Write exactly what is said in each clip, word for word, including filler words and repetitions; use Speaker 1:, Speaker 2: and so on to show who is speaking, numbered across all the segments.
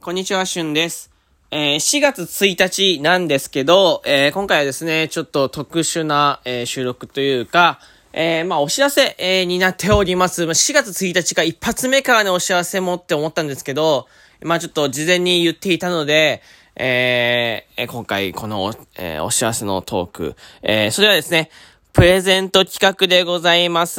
Speaker 1: こんにちは、しゅんです。えー、しがつついたちなんですけど、えー、今回はですね、ちょっと特殊な、えー、収録というか、えー、まあ、お知らせ、えー、になっております。しがつついたちが一発目からね、お知らせもって思ったんですけど、まあ、ちょっと事前に言っていたので、えー、今回この、えー、お知らせのトーク、えー、それはですね、プレゼント企画でございます。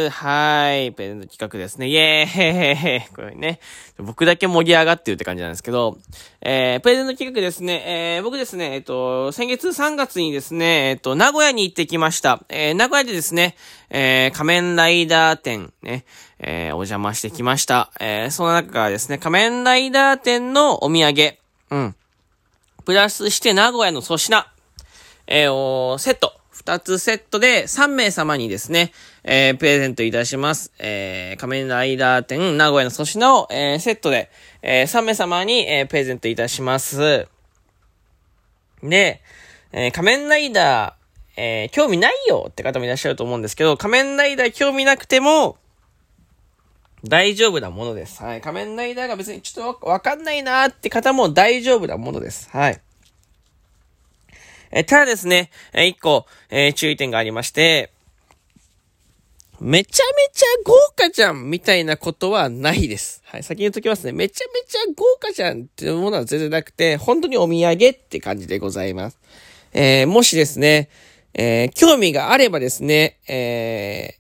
Speaker 1: はい。プレゼント企画ですね。イエーイ。これね。僕だけ盛り上がってるって感じなんですけど、えー、プレゼント企画ですね。えー、僕ですね、えっと、先月さんがつにですね、えっと、名古屋に行ってきました。えー、名古屋でですね、えー、仮面ライダー展ね、えー、お邪魔してきました。えー、その中からですね、仮面ライダー展のお土産、うん。プラスして名古屋の粗品、えー、おセット。二つセットでさんめい様にですね、えー、プレゼントいたします。えー、仮面ライダー展名古屋の粗品を、えー、セットで、えー、さんめい様に、えー、プレゼントいたします。で、えー、仮面ライダー、えー、興味ないよって方もいらっしゃると思うんですけど、仮面ライダー興味なくても、大丈夫なものです。はい。仮面ライダーが別にちょっとわかんないなーって方も大丈夫なものです。はい。えー、ただですね、えー、一個、えー、注意点がありまして、めちゃめちゃ豪華じゃんみたいなことはないです。はい、先に言っときますね。めちゃめちゃ豪華じゃんっていうものは全然なくて、本当にお土産って感じでございます。えー、もしですね、えー、興味があればですね、え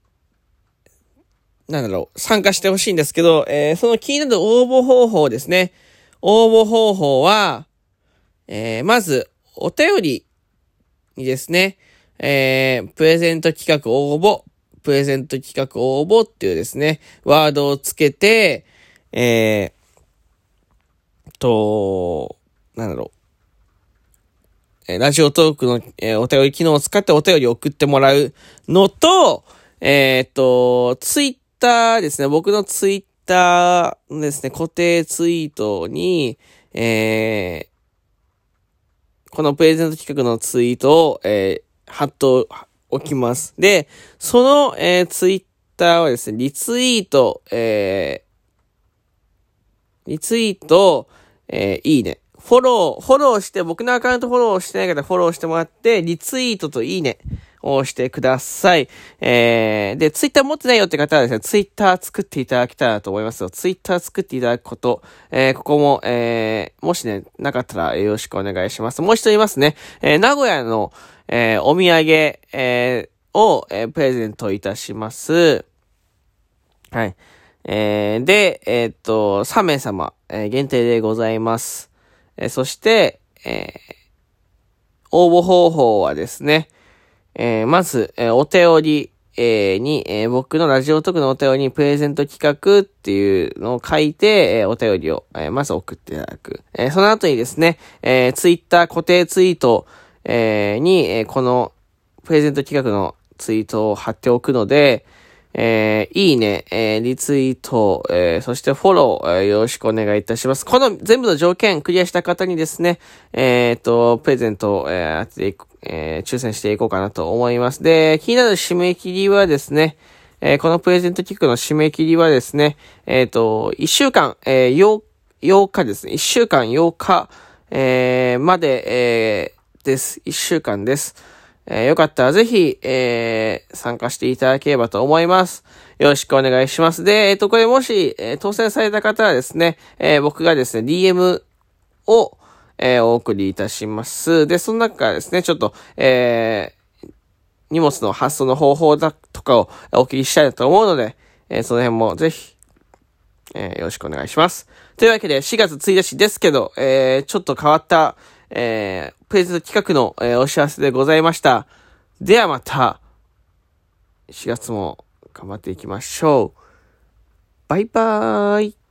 Speaker 1: ー、なんだろう、参加してほしいんですけど、えー、その気になる応募方法ですね。応募方法は、えー、まず、お便りにですね、えー、プレゼント企画応募、プレゼント企画応募っていうですね、ワードをつけて、えー、と、なんだろう、えー、ラジオトークの、えー、お便り機能を使ってお便りを送ってもらうのと、えー、と、ツイッターですね、僕のツイッターですね、固定ツイートに、えー、このプレゼント企画のツイートを、えー、貼っておきます。で、その、えー、ツイッターはですね、リツイート、えー、リツイート、えー、いいね。フォロー、フォローして、僕のアカウントフォローしてない方フォローしてもらって、リツイートといいねを押してください。えー、で、ツイッター持ってないよって方はですね、ツイッター作っていただけたらと思いますよ。ツイッター作っていただくこと、えー、ここも、えー、もしね、なかったらよろしくお願いします。もう一度言いますね。えー、名古屋の、えー、お土産、えー、を、えー、プレゼントいたします。はい。えー、で、えー、っと、さんめい様、えー、限定でございます。えー、そして、えー、応募方法はですね、えー、まず、えー、お便り、えー、に、えー、僕のラジオトークのお便りにプレゼント企画っていうのを書いて、えー、お便りを、えー、まず送っていただく。えー、その後にですね、えー、ツイッター固定ツイート、えー、に、えー、このプレゼント企画のツイートを貼っておくので、えー、いいね、えー、リツイート、えー、そしてフォロー、えー、よろしくお願いいたします。この全部の条件クリアした方にですね、えーと、プレゼントを、えー、当てていく、えー、抽選していこうかなと思います。で、気になる締め切りはですね、えー、このプレゼント企画の締め切りはですね、えーと、いっしゅうかん、えー、ようかですね、いっしゅうかんようか、えー、まで、えー、です。いっしゅうかんです。えー、よかったらぜひ、えー、参加していただければと思います。よろしくお願いします。で、えっと、これもし、えー、当選された方はですね、えー、僕がですね、ディーエム を、えー、お送りいたします。で、その中からですね、ちょっと、えー、荷物の発送の方法だとかをお聞きしたいと思うので、えー、その辺もぜひ、えー、よろしくお願いします。というわけで、しがつついたちですけど、えー、ちょっと変わった、えー、プレゼント企画の、えー、お知らせでございました。ではまた、しがつも頑張っていきましょう。バイバーイ。